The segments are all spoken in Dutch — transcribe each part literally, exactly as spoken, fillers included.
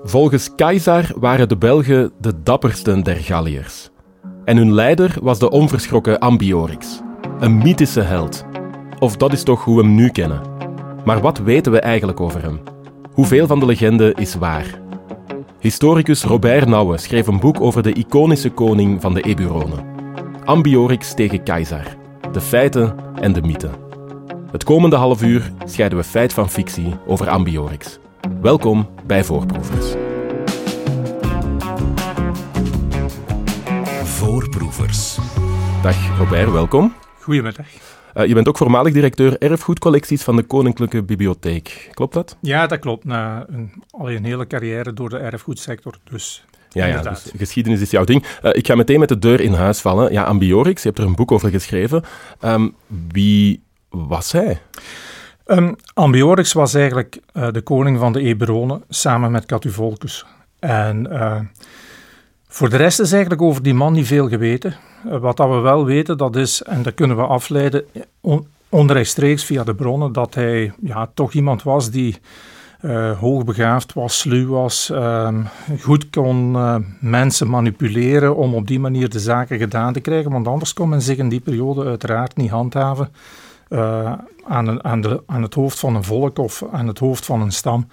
Volgens Caesar waren de Belgen de dappersten der Galliërs. En hun leider was de onverschrokken Ambiorix. Een mythische held. Of dat is toch hoe we hem nu kennen. Maar wat weten we eigenlijk over hem? Hoeveel van de legende is waar? Historicus Robert Nouwen schreef een boek over de iconische koning van de Eburonen. Ambiorix tegen Caesar. De feiten en de mythen. Het komende half uur scheiden we feit van fictie over Ambiorix. Welkom bij Voorproevers. Voorproevers. Dag Robert, welkom. Goedemiddag. Uh, je bent ook voormalig directeur erfgoedcollecties van de Koninklijke Bibliotheek. Klopt dat? Ja, dat klopt. Na een, al een hele carrière door de erfgoedsector, dus ja, ja, dus geschiedenis is jouw ding. Uh, ik ga meteen met de deur in huis vallen. Ja, Ambiorix, je hebt er een boek over geschreven. Um, wie was hij? Um, Ambiorix was eigenlijk uh, de koning van de Eburonen, samen met Catuvolcus. En uh, voor de rest is eigenlijk over die man niet veel geweten. Uh, wat dat we wel weten, dat is, en dat kunnen we afleiden on, onrechtstreeks via de bronnen, dat hij ja, toch iemand was die uh, hoogbegaafd was, sluw was, uh, goed kon uh, mensen manipuleren om op die manier de zaken gedaan te krijgen, want anders kon men zich in die periode uiteraard niet handhaven uh, aan, een, aan, de, aan het hoofd van een volk of aan het hoofd van een stam.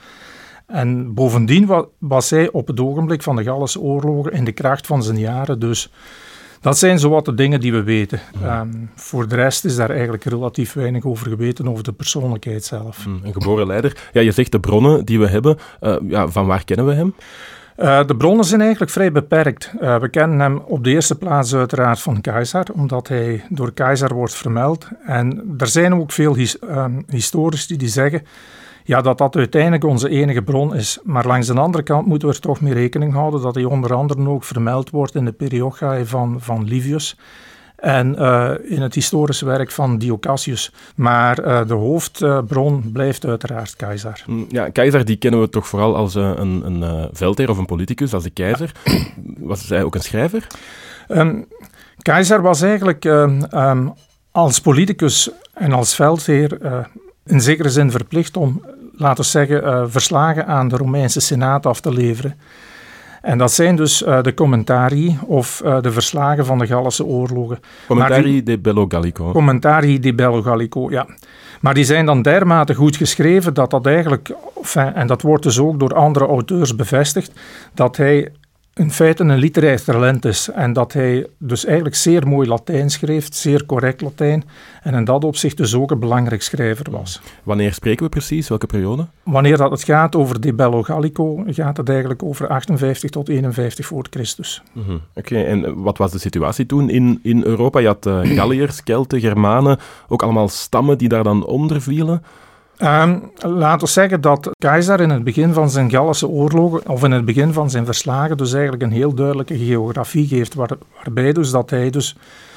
En bovendien wa- was hij op het ogenblik van de Gallische oorlogen in de kracht van zijn jaren. Dus dat zijn zowat de dingen die we weten. Ja. Um, voor de rest is daar eigenlijk relatief weinig over geweten, over de persoonlijkheid zelf. Een geboren leider. Ja, je zegt de bronnen die we hebben. Uh, ja, van waar kennen we hem? Uh, de bronnen zijn eigenlijk vrij beperkt. Uh, we kennen hem op de eerste plaats uiteraard van Caesar, omdat hij door Caesar wordt vermeld. En er zijn ook veel his- um, historici die zeggen ja, dat dat uiteindelijk onze enige bron is. Maar langs de andere kant moeten we er toch mee rekening houden dat hij onder andere ook vermeld wordt in de Periochae van, van Livius en uh, in het historische werk van Dio-Cassius. Maar uh, de hoofdbron uh, blijft uiteraard Caesar. Ja, Caesar die kennen we toch vooral als uh, een, een uh, veldheer of een politicus, als de keizer. Was hij ook een schrijver? Um, Caesar was eigenlijk uh, um, als politicus en als veldheer Uh, in zekere zin verplicht om, laten we zeggen, uh, verslagen aan de Romeinse Senaat af te leveren. En dat zijn dus uh, de commentarii of uh, de verslagen van de Gallische oorlogen. Commentarii de Bello Gallico. Commentarii de Bello Gallico, ja. Maar die zijn dan dermate goed geschreven dat dat eigenlijk, enfin, en dat wordt dus ook door andere auteurs bevestigd, dat hij in feite een literair talent is en dat hij dus eigenlijk zeer mooi Latijn schreef, zeer correct Latijn en in dat opzicht dus ook een belangrijk schrijver was. Wanneer spreken we precies? Welke periode? Wanneer dat het gaat over de Bello Gallico, gaat het eigenlijk over achtenvijftig tot eenenvijftig voor Christus. Mm-hmm. Oké, okay, en wat was de situatie toen in, in Europa? Je had uh, Galliërs, Kelten, Germanen, ook allemaal stammen die daar dan onder vielen. Um, laten we zeggen dat Caesar in het begin van zijn Gallische oorlogen, of in het begin van zijn verslagen, dus eigenlijk een heel duidelijke geografie geeft, waar, waarbij dus dat hij dus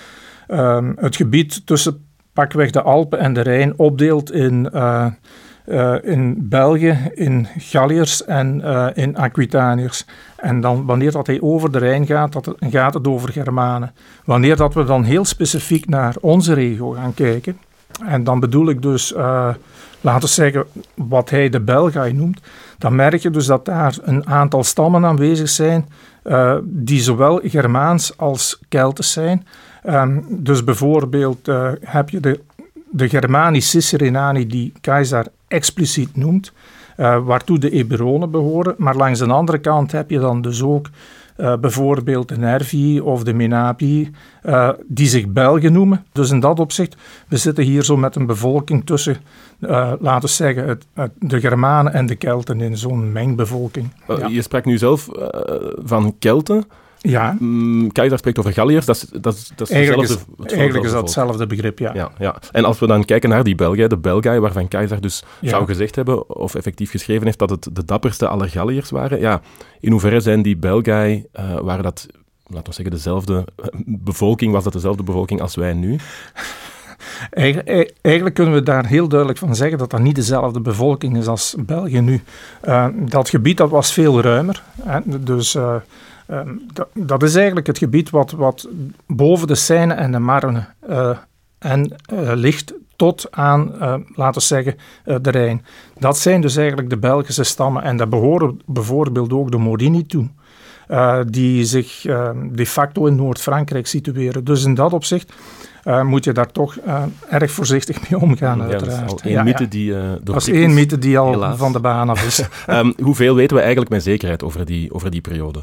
um, het gebied tussen pakweg de Alpen en de Rijn opdeelt in, uh, uh, in België, in Galliërs en uh, in Aquitaniërs. En dan wanneer dat hij over de Rijn gaat, dat het, gaat het over Germanen. Wanneer dat we dan heel specifiek naar onze regio gaan kijken, en dan bedoel ik dus, uh, laten we zeggen, wat hij de Belgae noemt, dan merk je dus dat daar een aantal stammen aanwezig zijn, uh, die zowel Germaans als Keltisch zijn. Um, dus bijvoorbeeld uh, heb je de, de Germani Cicerenani, die Caesar expliciet noemt, uh, waartoe de Eburonen behoren. Maar langs de andere kant heb je dan dus ook Uh, bijvoorbeeld de Nervii of de Menapii, uh, die zich Belgen noemen. Dus in dat opzicht, we zitten hier zo met een bevolking tussen, uh, laten we zeggen, het, het, de Germanen en de Kelten in zo'n mengbevolking. Uh, ja. Je sprak nu zelf uh, van Kelten. Ja. Mm, Caesar spreekt over Galliërs, dat is, dat is, dat is eigenlijk hetzelfde, is, het eigenlijk is dat hetzelfde begrip, ja. Ja, ja. En als we dan kijken naar die Belgae, de Belgae, waarvan Caesar dus ja. zou gezegd hebben, of effectief geschreven heeft, dat het de dapperste aller Galliërs waren. Ja, in hoeverre zijn die Belgae, uh, waren dat, laten we zeggen, dezelfde bevolking, was dat dezelfde bevolking als wij nu? Eigen, eigenlijk kunnen we daar heel duidelijk van zeggen dat dat niet dezelfde bevolking is als België nu. Uh, dat gebied dat was veel ruimer, hè, dus Uh, Um, dat, dat is eigenlijk het gebied wat, wat boven de Seine en de Marne uh, en, uh, ligt tot aan, uh, laten we zeggen, uh, de Rijn. Dat zijn dus eigenlijk de Belgische stammen en daar behoren bijvoorbeeld ook de Morini toe. Uh, die zich uh, de facto in Noord-Frankrijk situeren. Dus in dat opzicht uh, moet je daar toch uh, erg voorzichtig mee omgaan, ja, uiteraard. Dat is al één ja, mythe ja. die uh, Dat is één mythe die al helaas. van de baan af is. um, hoeveel weten we eigenlijk met zekerheid over die, over die periode?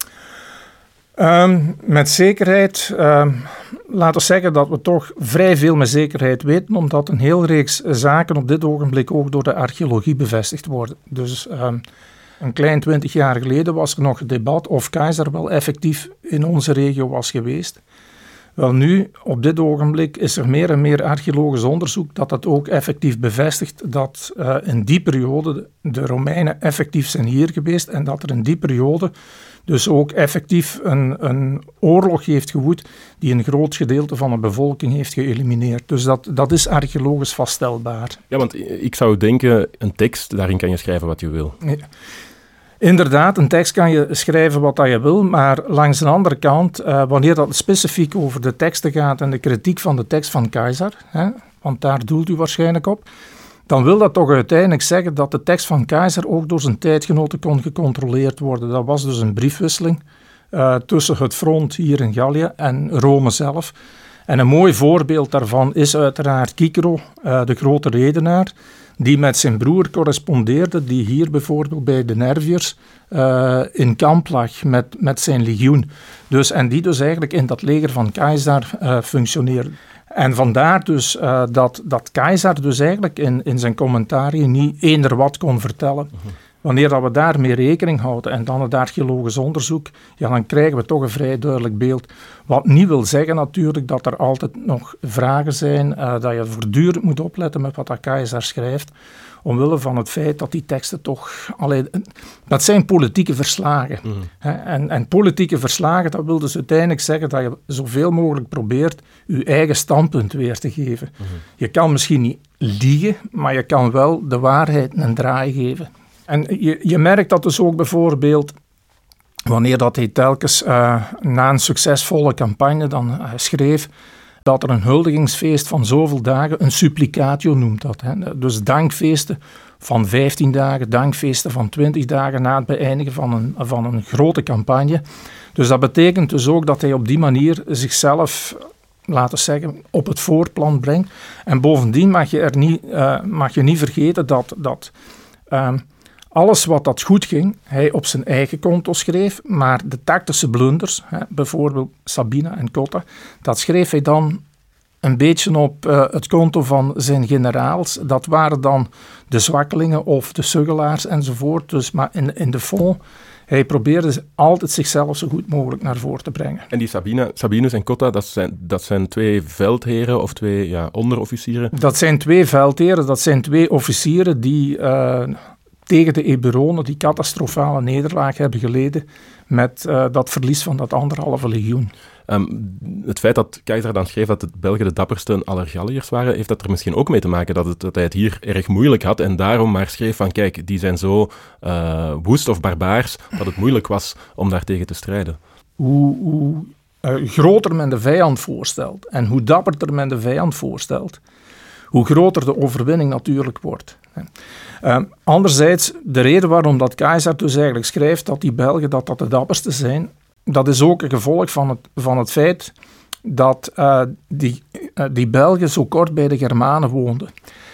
Um, met zekerheid, um, laten we zeggen dat we toch vrij veel met zekerheid weten, omdat een heel reeks zaken op dit ogenblik ook door de archeologie bevestigd worden. Dus um, een klein twintig jaar geleden was er nog het debat of Keizer wel effectief in onze regio was geweest. Wel nu, op dit ogenblik is er meer en meer archeologisch onderzoek dat dat ook effectief bevestigt dat uh, in die periode de Romeinen effectief zijn hier geweest en dat er in die periode dus ook effectief een, een oorlog heeft gewoed die een groot gedeelte van de bevolking heeft geëlimineerd. Dus dat, dat is archeologisch vaststellbaar. Ja, want ik zou denken, een tekst, daarin kan je schrijven wat je wil. Nee. Inderdaad, een tekst kan je schrijven wat dat je wil, maar langs de andere kant, uh, wanneer dat specifiek over de teksten gaat en de kritiek van de tekst van Keizer, hè, want daar doelt u waarschijnlijk op, dan wil dat toch uiteindelijk zeggen dat de tekst van Keizer ook door zijn tijdgenoten kon gecontroleerd worden. Dat was dus een briefwisseling uh, tussen het front hier in Gallië en Rome zelf. En een mooi voorbeeld daarvan is uiteraard Cicero, uh, de grote redenaar, die met zijn broer correspondeerde, die hier bijvoorbeeld bij de Nerviërs uh, in kamp lag met, met zijn legioen. Dus, en die dus eigenlijk in dat leger van Keizer uh, functioneerde. En vandaar dus uh, dat, dat Keizer dus eigenlijk in, in zijn commentariën niet eender wat kon vertellen. Uh-huh. Wanneer dat we daarmee rekening houden en dan het archeologisch onderzoek, ja, dan krijgen we toch een vrij duidelijk beeld. Wat niet wil zeggen natuurlijk dat er altijd nog vragen zijn, uh, dat je voortdurend moet opletten met wat dat Keizer schrijft, omwille van het feit dat die teksten toch... Allee, dat zijn politieke verslagen. Mm. Hè? En, en politieke verslagen, dat wil dus uiteindelijk zeggen dat je zoveel mogelijk probeert je eigen standpunt weer te geven. Mm. Je kan misschien niet liegen, maar je kan wel de waarheid een draai geven. En je, je merkt dat dus ook bijvoorbeeld wanneer dat hij telkens uh, na een succesvolle campagne dan uh, schreef dat er een huldigingsfeest van zoveel dagen, een supplicatio noemt dat. Hè. Dus dankfeesten van vijftien dagen, dankfeesten van twintig dagen na het beëindigen van een, van een grote campagne. Dus dat betekent dus ook dat hij op die manier zichzelf, laten we zeggen, op het voorplan brengt. En bovendien mag je, er niet, uh, mag je niet vergeten dat... dat uh, alles wat dat goed ging, hij op zijn eigen konto schreef, maar de tactische blunders, hè, bijvoorbeeld Sabina en Cotta, dat schreef hij dan een beetje op uh, het konto van zijn generaals. Dat waren dan de zwakkelingen of de suggelaars enzovoort. Dus, maar in, in de fond, hij probeerde altijd zichzelf zo goed mogelijk naar voren te brengen. En die Sabina, Sabinus en Cotta, dat zijn, dat zijn twee veldheren of twee ja, onderofficieren? Dat zijn twee veldheren, dat zijn twee officieren die... Uh, tegen de Eburonen die catastrofale nederlaag hebben geleden met uh, dat verlies van dat anderhalve legioen. Um, het feit dat Keizer dan schreef dat de Belgen de dapperste aller Galliërs waren, heeft dat er misschien ook mee te maken dat, het, dat hij het hier erg moeilijk had en daarom maar schreef van kijk, die zijn zo uh, woest of barbaars dat het moeilijk was om daartegen te strijden. Hoe, hoe uh, groter men de vijand voorstelt en hoe dapperder men de vijand voorstelt, hoe groter de overwinning natuurlijk wordt. Uh, anderzijds, de reden waarom dat Keizer dus eigenlijk schrijft dat die Belgen dat, dat de dapperste zijn, dat is ook een gevolg van het, van het feit dat uh, die, uh, die Belgen zo kort bij de Germanen woonden.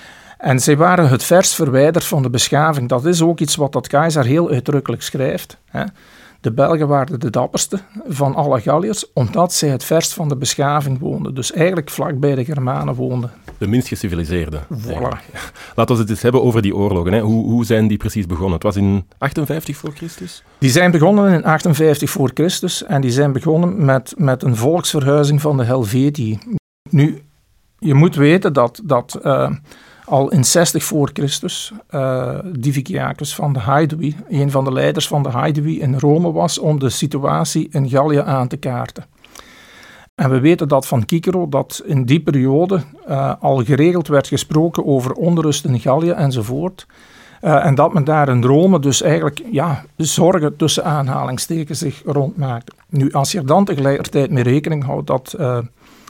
En zij waren het verst verwijderd van de beschaving. Dat is ook iets wat dat Keizer heel uitdrukkelijk schrijft. Hè. De Belgen waren de dapperste van alle Galliërs, omdat zij het verst van de beschaving woonden. Dus eigenlijk vlak bij de Germanen woonden. De minst geciviliseerde. Voilà. Laten we het eens hebben over die oorlogen. Hè. Hoe, hoe zijn die precies begonnen? Het was in achtenvijftig voor Christus? Die zijn begonnen in achtenvijftig voor Christus en die zijn begonnen met, met een volksverhuizing van de Helvetii. Nu, je moet weten dat... dat uh, al in zestig voor Christus uh, Diviciacus van de Haidui, een van de leiders van de Haidui in Rome was om de situatie in Gallië aan te kaarten. En we weten dat van Cicero dat in die periode uh, al geregeld werd gesproken over onrust in Gallië enzovoort. Uh, en dat men daar in Rome dus eigenlijk ja, zorgen tussen aanhalingstekens zich rondmaakte. Nu, als je er dan tegelijkertijd mee rekening houdt dat... Uh,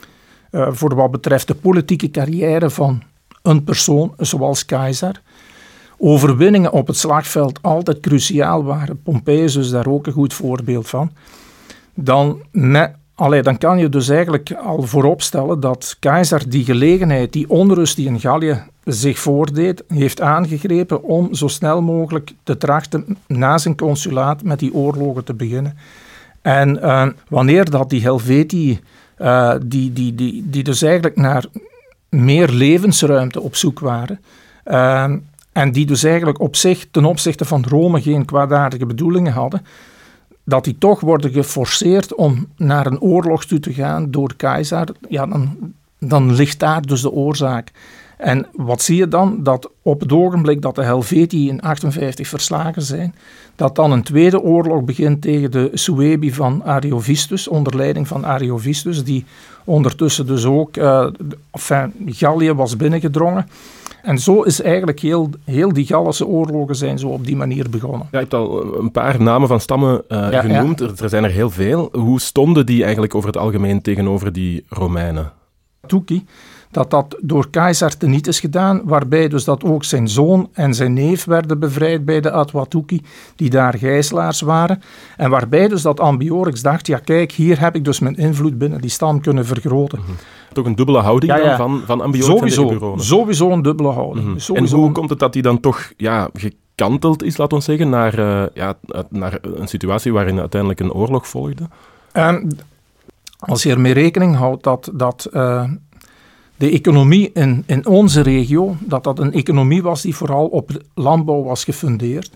uh, voor wat betreft de politieke carrière van een persoon zoals Keizer. Overwinningen op het slagveld altijd cruciaal waren. Pompeius is daar ook een goed voorbeeld van. Dan, met, allee, dan kan je dus eigenlijk al vooropstellen dat Keizer die gelegenheid, die onrust die in Gallië zich voordeed, heeft aangegrepen om zo snel mogelijk te trachten na zijn consulaat met die oorlogen te beginnen. En uh, wanneer dat die Helvetii, uh, die, die, die, die dus eigenlijk naar meer levensruimte op zoek waren, uh, en die dus eigenlijk op zich ten opzichte van Rome geen kwaadaardige bedoelingen hadden, dat die toch worden geforceerd om naar een oorlog toe te gaan door Keizer, ja, dan, dan ligt daar dus de oorzaak. En wat zie je dan? Dat op het ogenblik dat de Helvetii in achtenvijftig verslagen zijn, dat dan een tweede oorlog begint tegen de Suebi van Ariovistus, onder leiding van Ariovistus, die ondertussen dus ook uh, enfin, Gallië was binnengedrongen. En zo is eigenlijk heel, heel die Gallische oorlogen zijn zo op die manier begonnen. Ja, je hebt al een paar namen van stammen uh, ja, genoemd, ja. Er, er zijn er heel veel. Hoe stonden die eigenlijk over het algemeen tegenover die Romeinen? Tuki, dat dat door Keizer teniet is gedaan, waarbij dus dat ook zijn zoon en zijn neef werden bevrijd bij de Atwatuki, die daar gijzelaars waren. En waarbij dus dat Ambiorix dacht, ja kijk, hier heb ik dus mijn invloed binnen die stam kunnen vergroten. Mm-hmm. Toch een dubbele houding ja, ja. dan van, van Ambiorix sowieso, en de Eburonen? Sowieso een dubbele houding. Mm-hmm. Sowieso en hoe komt het dat hij dan toch ja, gekanteld is, laten we zeggen, naar, uh, ja, naar een situatie waarin uiteindelijk een oorlog volgde? Um, als je ermee rekening houdt dat... dat uh, de economie in, in onze regio, dat dat een economie was die vooral op landbouw was gefundeerd.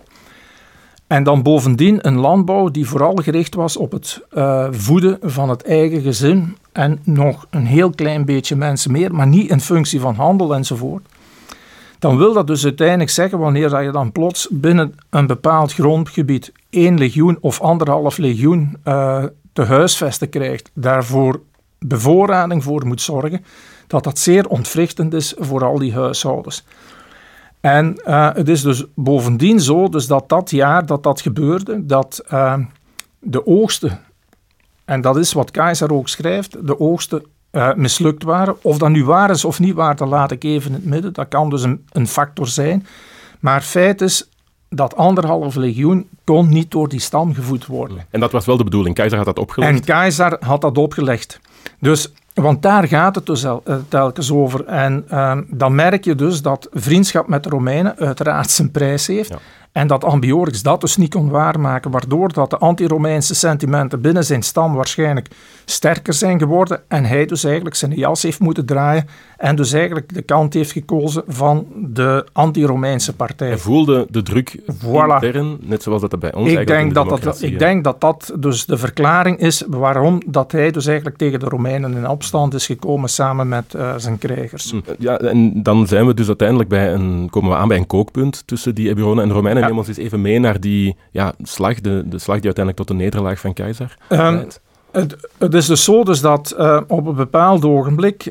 En dan bovendien een landbouw die vooral gericht was op het uh, voeden van het eigen gezin en nog een heel klein beetje mensen meer, maar niet in functie van handel enzovoort. Dan wil dat dus uiteindelijk zeggen, wanneer je dan plots binnen een bepaald grondgebied één legioen of anderhalf legioen uh, te huisvesten krijgt, daarvoor bevoorrading voor moet zorgen, dat dat zeer ontwrichtend is voor al die huishoudens. En uh, het is dus bovendien zo dus dat dat jaar dat dat gebeurde, dat uh, de oogsten, en dat is wat Keizer ook schrijft, de oogsten uh, mislukt waren. Of dat nu waar is of niet waar, dat laat ik even in het midden. Dat kan dus een, een factor zijn. Maar feit is, dat anderhalf legioen kon niet door die stam gevoed worden. En dat was wel de bedoeling. Keizer had dat opgelegd. En Keizer had dat opgelegd. Dus... Want daar gaat het dus el, uh, telkens over. En uh, dan merk je dus dat vriendschap met de Romeinen uiteraard zijn prijs heeft. Ja. En dat Ambiorix dat dus niet kon waarmaken, waardoor dat de anti-Romeinse sentimenten binnen zijn stam waarschijnlijk sterker zijn geworden en hij dus eigenlijk zijn jas heeft moeten draaien en dus eigenlijk de kant heeft gekozen van de anti-Romeinse partij. Hij voelde de druk voilà. intern, net zoals dat bij ons ik eigenlijk denk in de dat democratie. Dat, ik denk dat dat dus de verklaring is waarom dat hij dus eigenlijk tegen de Romeinen in opstand is gekomen samen met uh, zijn krijgers. Ja, en dan zijn we dus uiteindelijk bij een, komen we aan bij een kookpunt tussen die Eburonen en de Romeinen. Ja. Neem ons eens even mee naar die ja, slag, de, de slag die uiteindelijk tot de nederlaag van Keizer um, leidt. Het, het is dus zo dus dat uh, op een bepaald ogenblik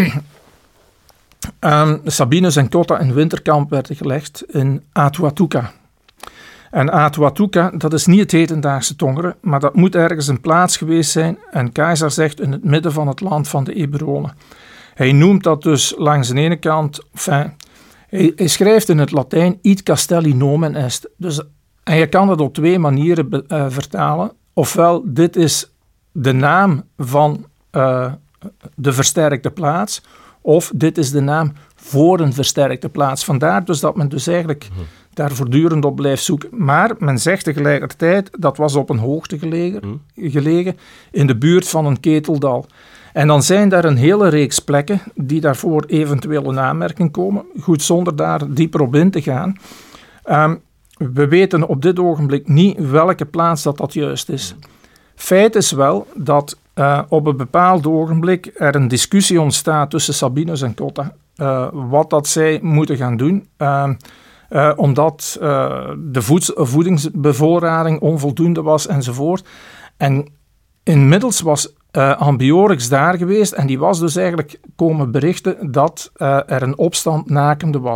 um, Sabinus en Cotta in winterkamp werden gelegd in Atwatuca. En Atwatuca, dat is niet het hedendaagse Tongeren, maar dat moet ergens een plaats geweest zijn. En Keizer zegt in het midden van het land van de Eburonen. Hij noemt dat dus langs de ene kant... Enfin, hij, hij schrijft in het Latijn id castelli nomen est. Dus, en je kan dat op twee manieren be, uh, vertalen. Ofwel, dit is de naam van uh, de versterkte plaats, of dit is de naam voor een versterkte plaats. Vandaar dus dat men dus eigenlijk mm. daar voortdurend op blijft zoeken. Maar men zegt tegelijkertijd, dat was op een hoogte gelegen, mm. gelegen in de buurt van een keteldal. En dan zijn daar een hele reeks plekken die daarvoor eventueel in aanmerking komen. Goed, zonder daar dieper op in te gaan. Um, we weten op dit ogenblik niet welke plaats dat, dat juist is. Feit is wel dat uh, op een bepaald ogenblik er een discussie ontstaat tussen Sabinus en Cotta. Uh, wat dat zij moeten gaan doen. Uh, uh, omdat uh, de voeds- voedingsbevoorrading onvoldoende was enzovoort. En inmiddels was uh, Ambiorix daar geweest en die was dus eigenlijk komen berichten dat uh, er een opstand nakende was.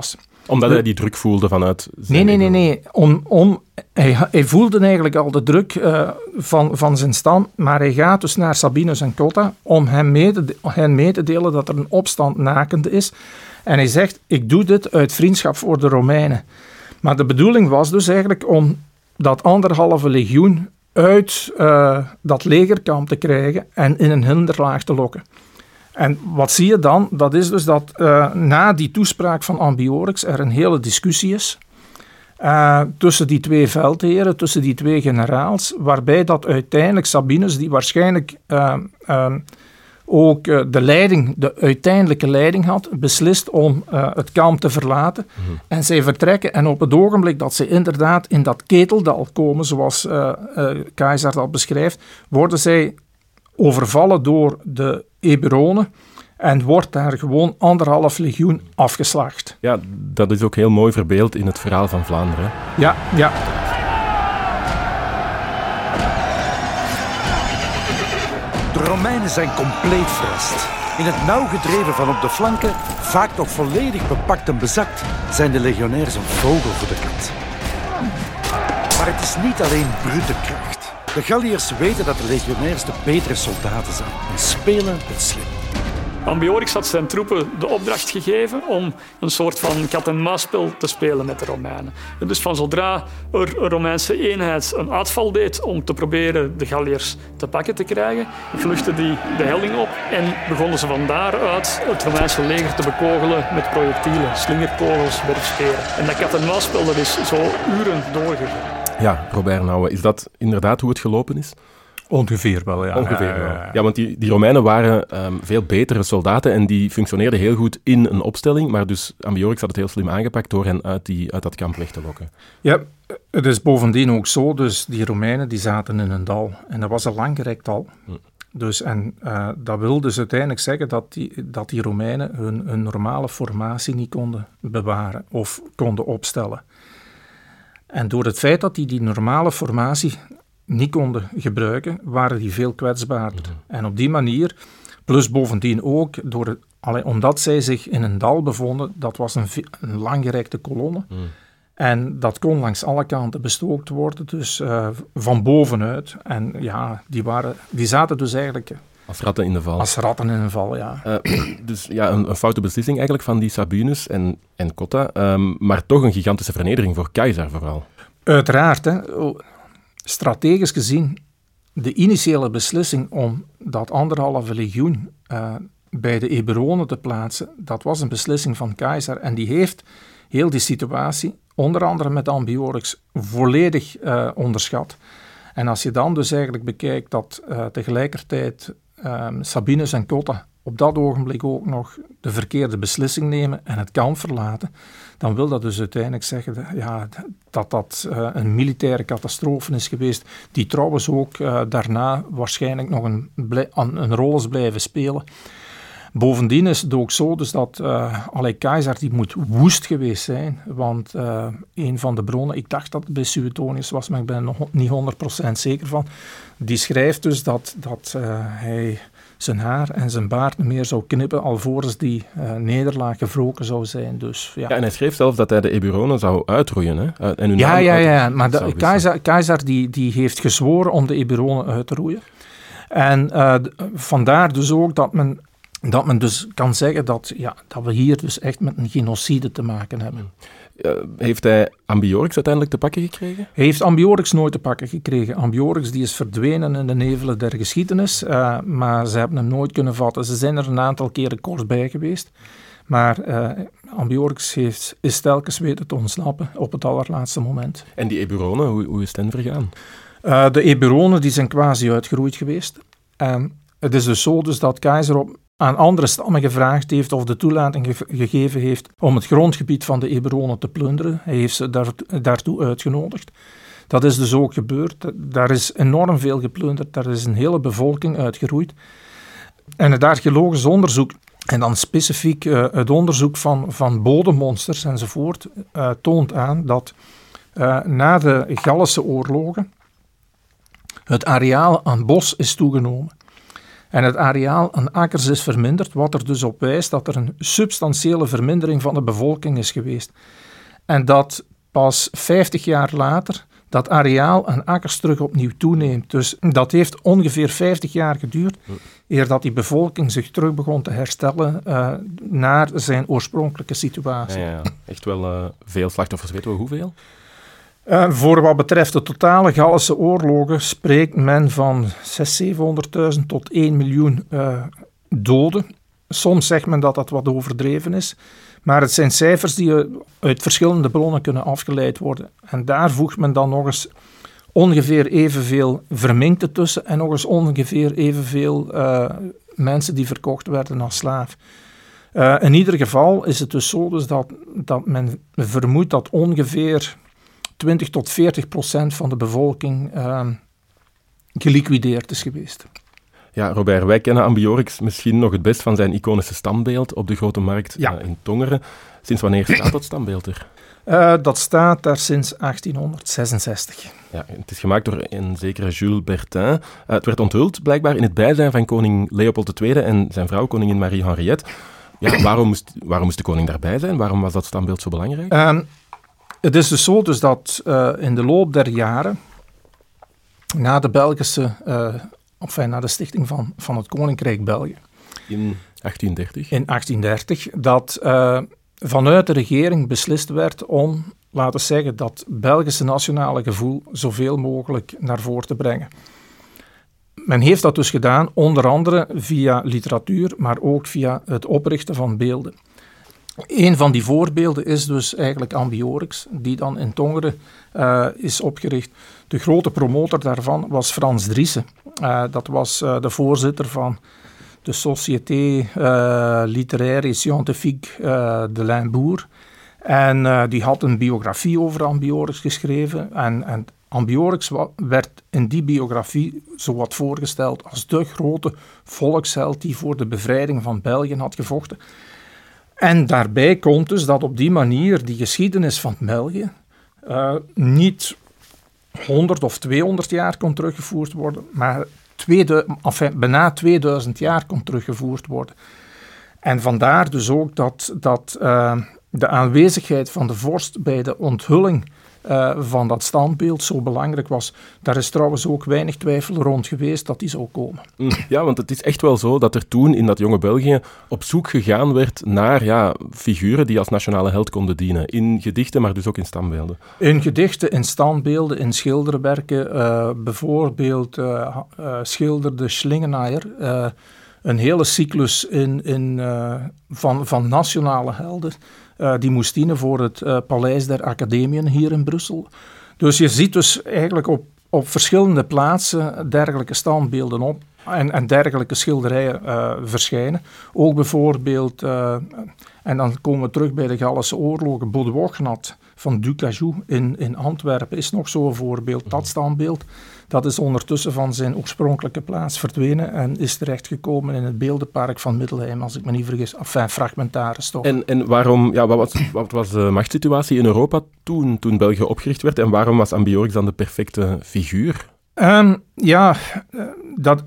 Omdat de, hij die druk voelde vanuit zijn... Nee, nee, nee. nee. Om, om, hij, hij voelde eigenlijk al de druk uh, van, van zijn stam, maar hij gaat dus naar Sabinus en Cotta om hem mee, te, hen mee te delen dat er een opstand nakende is. En hij zegt, ik doe dit uit vriendschap voor de Romeinen. Maar de bedoeling was dus eigenlijk om dat anderhalve legioen uit uh, dat legerkamp te krijgen en in een hinderlaag te lokken. En wat zie je dan? Dat is dus dat uh, na die toespraak van Ambiorix er een hele discussie is uh, tussen die twee veldheren, tussen die twee generaals, waarbij dat uiteindelijk Sabinus, die waarschijnlijk uh, uh, ook uh, de leiding, de uiteindelijke leiding had, beslist om uh, het kamp te verlaten. Mm-hmm. En zij vertrekken en op het ogenblik dat ze inderdaad in dat keteldal komen, zoals uh, uh, Keizer dat beschrijft, worden zij overvallen door de Eburonen en wordt daar gewoon anderhalf legioen afgeslacht. Ja, dat is ook heel mooi verbeeld in het verhaal van Vlaanderen. Ja, ja. De Romeinen zijn compleet verrast. In het nauw gedreven van op de flanken, vaak nog volledig bepakt en bezakt, zijn de legionairs een vogel voor de kat. Maar het is niet alleen brute kracht. De Galliërs weten dat de legionairs de betere soldaten zijn en spelen het slim. Ambiorix had zijn troepen de opdracht gegeven om een soort van kat-en-muisspel te spelen met de Romeinen. En dus van zodra er een Romeinse eenheid een uitval deed om te proberen de Galliërs te pakken te krijgen, vluchtten die de helling op en begonnen ze van daaruit het Romeinse leger te bekogelen met projectielen, slingerkogels, werpsperen. En dat kat-en-muisspel dat is zo uren doorgegaan. Ja, Robert Nouwen, is dat inderdaad hoe het gelopen is? Ongeveer wel, ja. Ongeveer wel. Ja, want die, die Romeinen waren um, veel betere soldaten en die functioneerden heel goed in een opstelling, maar dus Ambiorix had het heel slim aangepakt door hen uit, die, uit dat kamp weg te lokken. Ja, het is bovendien ook zo, dus die Romeinen die zaten in een dal en dat was een langgerekt dal. Hm. Dus, en uh, dat wil dus uiteindelijk zeggen dat die, dat die Romeinen hun, hun normale formatie niet konden bewaren of konden opstellen. En door het feit dat die die normale formatie niet konden gebruiken, waren die veel kwetsbaarder. Mm-hmm. En op die manier, plus bovendien ook, door het, allee, omdat zij zich in een dal bevonden, dat was een, een langgerekte kolonne. Mm. En dat kon langs alle kanten bestookt worden, dus uh, van bovenuit. En ja, die, waren, die zaten dus eigenlijk... Als ratten in de val. Als ratten in de val, ja. Uh, dus ja, een, een foute beslissing eigenlijk van die Sabinus en, en Cotta, um, maar toch een gigantische vernedering voor Keizer vooral. Uiteraard, hè. Strategisch gezien, de initiële beslissing om dat anderhalve legioen uh, bij de Eburonen te plaatsen, dat was een beslissing van Keizer. En die heeft heel die situatie, onder andere met Ambiorix, volledig uh, onderschat. En als je dan dus eigenlijk bekijkt dat uh, tegelijkertijd uh, Sabinus en Cotta op dat ogenblik ook nog de verkeerde beslissing nemen en het kamp verlaten, dan wil dat dus uiteindelijk zeggen ja, dat dat uh, een militaire catastrofe is geweest, die trouwens ook uh, daarna waarschijnlijk nog een, blij, een rol is blijven spelen. Bovendien is het ook zo dus dat uh, allee, Keizer die moet woest geweest zijn, want uh, een van de bronnen, ik dacht dat het bij Suetonius was, maar ik ben er nog niet honderd procent zeker van, die schrijft dus dat, dat uh, hij zijn haar en zijn baard niet meer zou knippen alvorens die uh, nederlaag gewroken zou zijn. Dus, ja. Ja, en hij schreef zelfs dat hij de Eburonen zou uitroeien. Hè? En hun ja, ja, ja, uit... maar de, Keizer, Keizer die, die heeft gezworen om de Eburonen uit te roeien. En uh, vandaar dus ook dat men, dat men dus kan zeggen dat, ja, dat we hier dus echt met een genocide te maken hebben. Uh, heeft hij Ambiorix uiteindelijk te pakken gekregen? Hij heeft Ambiorix nooit te pakken gekregen. Ambiorix die is verdwenen in de nevelen der geschiedenis, uh, maar ze hebben hem nooit kunnen vatten. Ze zijn er een aantal keren kort bij geweest, maar uh, Ambiorix heeft, is telkens weten te ontsnappen op het allerlaatste moment. En die Eburonen, hoe, hoe is het hen vergaan? Uh, de Eburonen die zijn quasi uitgeroeid geweest. Uh, het is dus zo dus dat Keizer op aan andere stammen gevraagd heeft of de toelating ge- gegeven heeft om het grondgebied van de Eburonen te plunderen. Hij heeft ze daar, daartoe uitgenodigd. Dat is dus ook gebeurd. Daar is enorm veel geplunderd. Daar is een hele bevolking uitgeroeid. En het archeologisch onderzoek, en dan specifiek uh, het onderzoek van, van bodemmonsters enzovoort, uh, toont aan dat uh, na de Gallische oorlogen het areaal aan bos is toegenomen. En het areaal aan akkers is verminderd, wat er dus op wijst dat er een substantiële vermindering van de bevolking is geweest. En dat pas vijftig jaar later dat areaal aan akkers terug opnieuw toeneemt. Dus dat heeft ongeveer vijftig jaar geduurd eer dat die bevolking zich terug begon te herstellen uh, naar zijn oorspronkelijke situatie. Ja, ja. Echt wel uh, veel slachtoffers. Weten we hoeveel? Uh, voor wat betreft de totale Gallische oorlogen spreekt men van zeshonderdduizend, zevenhonderdduizend tot één miljoen uh, doden. Soms zegt men dat dat wat overdreven is, maar het zijn cijfers die uit verschillende bronnen kunnen afgeleid worden. En daar voegt men dan nog eens ongeveer evenveel verminkte tussen en nog eens ongeveer evenveel uh, mensen die verkocht werden als slaaf. Uh, in ieder geval is het dus zo dus dat, dat men vermoedt dat ongeveer twintig tot veertig procent van de bevolking uh, geliquideerd is geweest. Ja, Robert, wij kennen Ambiorix misschien nog het best van zijn iconische standbeeld op de Grote Markt ja. uh, in Tongeren. Sinds wanneer staat dat standbeeld er? Uh, dat staat daar sinds achttienhonderdzesenzestig. Ja, het is gemaakt door een zekere Jules Bertin. Uh, het werd onthuld blijkbaar in het bijzijn van koning Leopold de Tweede en zijn vrouw koningin Marie Henriette. Ja, waarom moest, waarom moest de koning daarbij zijn? Waarom was dat standbeeld zo belangrijk? Uh, het is dus zo dus dat uh, in de loop der jaren, na de Belgische... Uh, Enfin, na de stichting van, van het Koninkrijk België. In achttiendertig? In achttiendertig, dat uh, vanuit de regering beslist werd om, laten we zeggen, dat Belgische nationale gevoel zoveel mogelijk naar voren te brengen. Men heeft dat dus gedaan, onder andere via literatuur, maar ook via het oprichten van beelden. Een van die voorbeelden is dus eigenlijk Ambiorix, die dan in Tongeren uh, is opgericht. De grote promotor daarvan was Frans Driessen. Uh, dat was uh, de voorzitter van de Société uh, Littéraire et Scientifique uh, de Limbourg. En uh, die had een biografie over Ambiorix geschreven. En, en Ambiorix werd in die biografie zowat voorgesteld als de grote volksheld die voor de bevrijding van België had gevochten. En daarbij komt dus dat op die manier die geschiedenis van België uh, niet honderd of tweehonderd jaar kon teruggevoerd worden, maar tweede, enfin, bijna tweeduizend jaar kon teruggevoerd worden. En vandaar dus ook dat, dat uh, de aanwezigheid van de vorst bij de onthulling uh, van dat standbeeld zo belangrijk was. Daar is trouwens ook weinig twijfel rond geweest dat die zou komen. Ja, want het is echt wel zo dat er toen in dat jonge België op zoek gegaan werd naar ja, figuren die als nationale held konden dienen. In gedichten, maar dus ook in standbeelden. In gedichten, in standbeelden, in schilderwerken. Uh, bijvoorbeeld uh, uh, schilderde Schlingenheier uh, een hele cyclus in, in, uh, van, van nationale helden. Uh, die moest dienen voor het uh, Paleis der Academiën hier in Brussel. Dus je ziet dus eigenlijk op, op verschillende plaatsen dergelijke standbeelden op en, en dergelijke schilderijen uh, verschijnen. Ook bijvoorbeeld, uh, en dan komen we terug bij de Gallische oorlogen, Bodewognat van Ducajou in, in Antwerpen is nog zo'n voorbeeld. Dat standbeeld, dat is ondertussen van zijn oorspronkelijke plaats verdwenen en is terechtgekomen in het beeldenpark van Middelheim, als ik me niet vergis. Enfin, fragmentaris toch. En, en waarom, ja, wat, was, wat was de machtssituatie in Europa toen, toen België opgericht werd en waarom was Ambiorix dan de perfecte figuur? Um, ja, dat...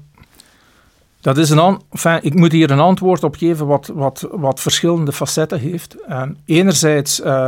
Dat is een an- enfin, ik moet hier een antwoord op geven wat, wat, wat verschillende facetten heeft. Uh, enerzijds uh,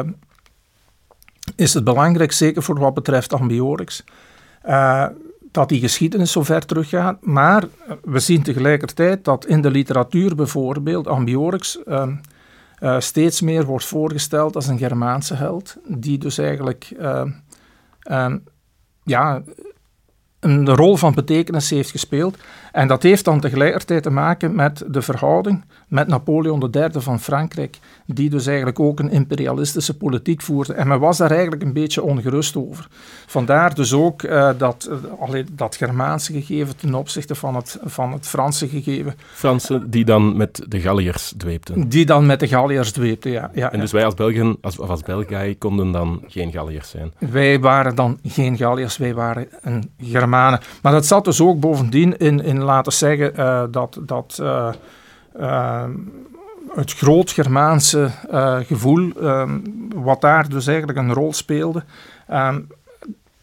is het belangrijk, zeker voor wat betreft Ambiorix, uh, dat die geschiedenis zo ver teruggaat. Maar we zien tegelijkertijd dat in de literatuur bijvoorbeeld Ambiorix uh, uh, steeds meer wordt voorgesteld als een Germaanse held, die dus eigenlijk uh, uh, ja, een rol van betekenis heeft gespeeld. En dat heeft dan tegelijkertijd te maken met de verhouding met Napoleon de derde van Frankrijk, die dus eigenlijk ook een imperialistische politiek voerde. En men was daar eigenlijk een beetje ongerust over. Vandaar dus ook uh, dat, uh, allee, dat Germaanse gegeven ten opzichte van het, van het Franse gegeven. Fransen die dan met de Galliërs dweepten. Die dan met de Galliërs dweepten, ja. ja en dus wij als Belgen, als, of als Belgai, konden dan geen Galliërs zijn. Wij waren dan geen Galliërs, wij waren een Germanen. Maar dat zat dus ook bovendien in, in laten we zeggen, uh, dat... dat uh, Uh, het groot-Germaanse uh, gevoel, uh, wat daar dus eigenlijk een rol speelde. Uh,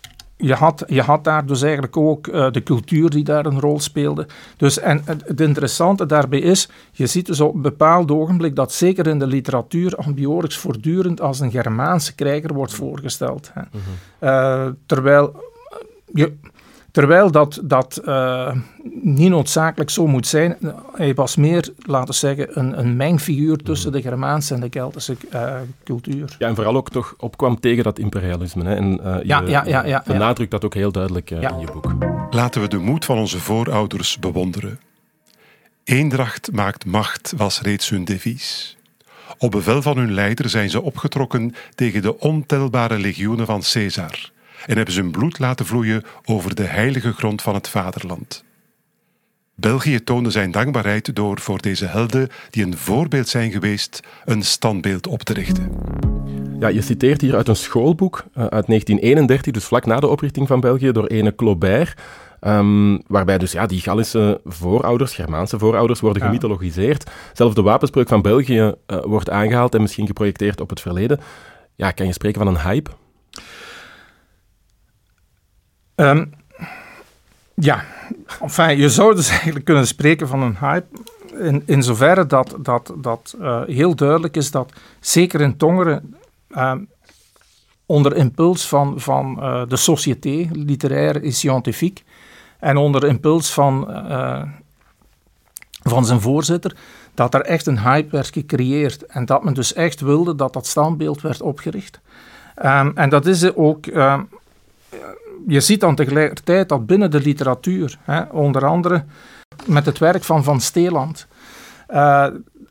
je, had, je had daar dus eigenlijk ook uh, de cultuur die daar een rol speelde. Dus, en het, het interessante daarbij is, je ziet dus op een bepaald ogenblik dat zeker in de literatuur Ambiorix voortdurend als een Germaanse krijger wordt voorgesteld. Hè. Mm-hmm. Uh, terwijl... Je, Terwijl dat, dat uh, niet noodzakelijk zo moet zijn. Hij was meer, laten we zeggen, een, een mengfiguur tussen de Germaanse en de Keltische uh, cultuur. Ja, en vooral ook toch opkwam tegen dat imperialisme. Hè? En uh, je ja, ja, ja, ja, benadrukt ja. dat ook heel duidelijk uh, ja. in je boek. Laten we de moed van onze voorouders bewonderen. Eendracht maakt macht was reeds hun devies. Op bevel van hun leider zijn ze opgetrokken tegen de ontelbare legioenen van Caesar en hebben ze hun bloed laten vloeien over de heilige grond van het vaderland. België toonde zijn dankbaarheid door voor deze helden, die een voorbeeld zijn geweest, een standbeeld op te richten. Ja, je citeert hier uit een schoolboek uh, uit negentien eenendertig, dus vlak na de oprichting van België, door ene Clobert, um, waarbij dus ja, die Gallische voorouders, Germaanse voorouders, worden ja. gemythologiseerd. Zelfs de wapenspreuk van België uh, wordt aangehaald en misschien geprojecteerd op het verleden. Ja, kan je spreken van een hype? Um, ja, enfin, je zou dus eigenlijk kunnen spreken van een hype, in, in zoverre dat, dat, dat uh, heel duidelijk is dat, zeker in Tongeren, uh, onder impuls van, van uh, de Société littéraire et scientifique en onder impuls van, uh, van zijn voorzitter, dat er echt een hype werd gecreëerd en dat men dus echt wilde dat dat standbeeld werd opgericht. Um, en dat is ook... Uh, Je ziet dan tegelijkertijd dat binnen de literatuur, hè, onder andere met het werk van Van Steeland, uh,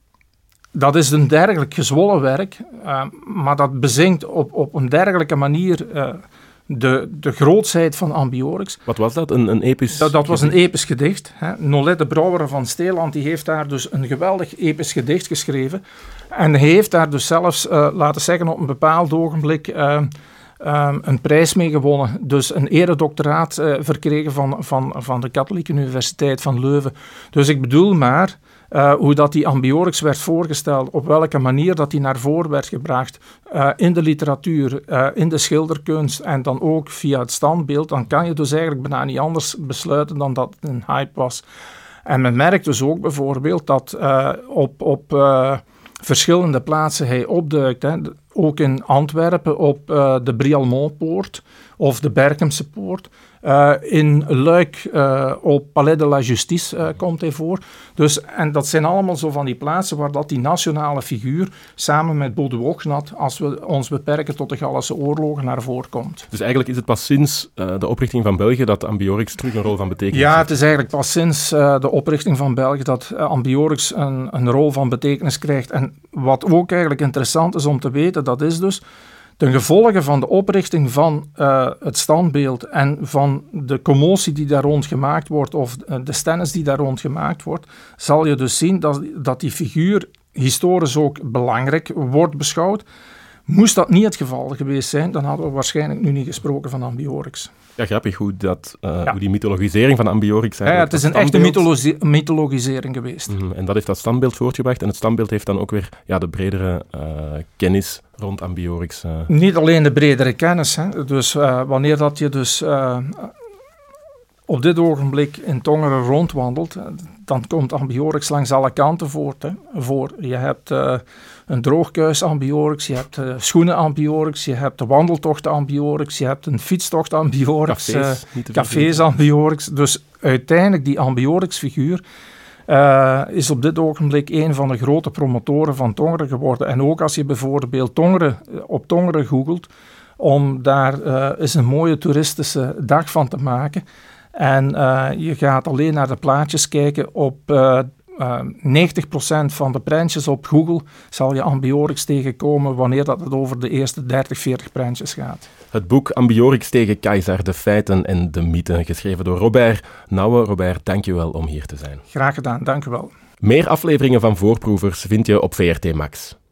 dat is een dergelijk gezwollen werk, uh, maar dat bezingt op, op een dergelijke manier uh, de, de grootsheid van Ambiorix. Wat was dat? Een, een episch Dat, dat was een episch gedicht. Hè. Nolet de Brouwer van Steeland die heeft daar dus een geweldig episch gedicht geschreven. En hij heeft daar dus zelfs, uh, laten zeggen, op een bepaald ogenblik... Uh, Um, een prijs mee gewonnen, dus een eredoctoraat uh, verkregen van, van, van de Katholieke Universiteit van Leuven. Dus ik bedoel maar uh, hoe dat die Ambiorix werd voorgesteld, op welke manier dat die naar voren werd gebracht uh, in de literatuur, uh, in de schilderkunst en dan ook via het standbeeld, dan kan je dus eigenlijk bijna niet anders besluiten dan dat het een hype was. En men merkt dus ook bijvoorbeeld dat uh, op... op uh, verschillende plaatsen hij opduikt. Hè. Ook in Antwerpen op uh, de Brialmontpoort of de Berkemse Poort. Uh, in Luik uh, op Palais de la Justice uh, komt hij voor. Dus, en dat zijn allemaal zo van die plaatsen waar dat die nationale figuur samen met Baudouin, als we ons beperken tot de Gallische oorlogen, naar voren komt. Dus eigenlijk is het pas sinds uh, de oprichting van België dat Ambiorix terug een rol van betekenis heeft? Ja, heeft. het is eigenlijk pas sinds uh, de oprichting van België dat uh, Ambiorix een, een rol van betekenis krijgt. En wat ook eigenlijk interessant is om te weten, dat is dus... Ten gevolge van de oprichting van uh, het standbeeld en van de commotie die daar rond gemaakt wordt, of de stennis die daar rond gemaakt wordt, zal je dus zien dat, dat die figuur historisch ook belangrijk wordt beschouwd. Moest dat niet het geval geweest zijn, dan hadden we waarschijnlijk nu niet gesproken van Ambiorix. Ja, grappig hoe, dat, uh, ja. hoe die mythologisering van Ambiorix... Ja, het is een echte mythologi- mythologisering geweest. Mm-hmm. En dat heeft dat standbeeld voortgebracht. En het standbeeld heeft dan ook weer ja, de bredere uh, kennis rond Ambiorix. Uh. Niet alleen de bredere kennis. Hè. Dus uh, wanneer dat je dus... Uh, op dit ogenblik in Tongeren rondwandelt, dan komt Ambiorix langs alle kanten voort, hè, voor. Je hebt uh, een droogkuis Ambiorix, je hebt uh, schoenen Ambiorix, je hebt de wandeltocht Ambiorix, je hebt een fietstocht Ambiorix, cafés, uh, cafés Ambiorix. Dus uiteindelijk die Ambiorix-figuur uh, is op dit ogenblik een van de grote promotoren van Tongeren geworden. En ook als je bijvoorbeeld Tongeren, op Tongeren googelt, om daar uh, eens een mooie toeristische dag van te maken. En uh, je gaat alleen naar de plaatjes kijken. Op uh, uh, negentig procent van de prentjes op Google zal je Ambiorix tegenkomen wanneer dat het over de eerste dertig, veertig prentjes gaat. Het boek Ambiorix tegen Keizer, de feiten en de mythen, geschreven door Robert Nouwen. Robert, dank je wel om hier te zijn. Graag gedaan, dank u wel. Meer afleveringen van Voorproevers vind je op V R T Max.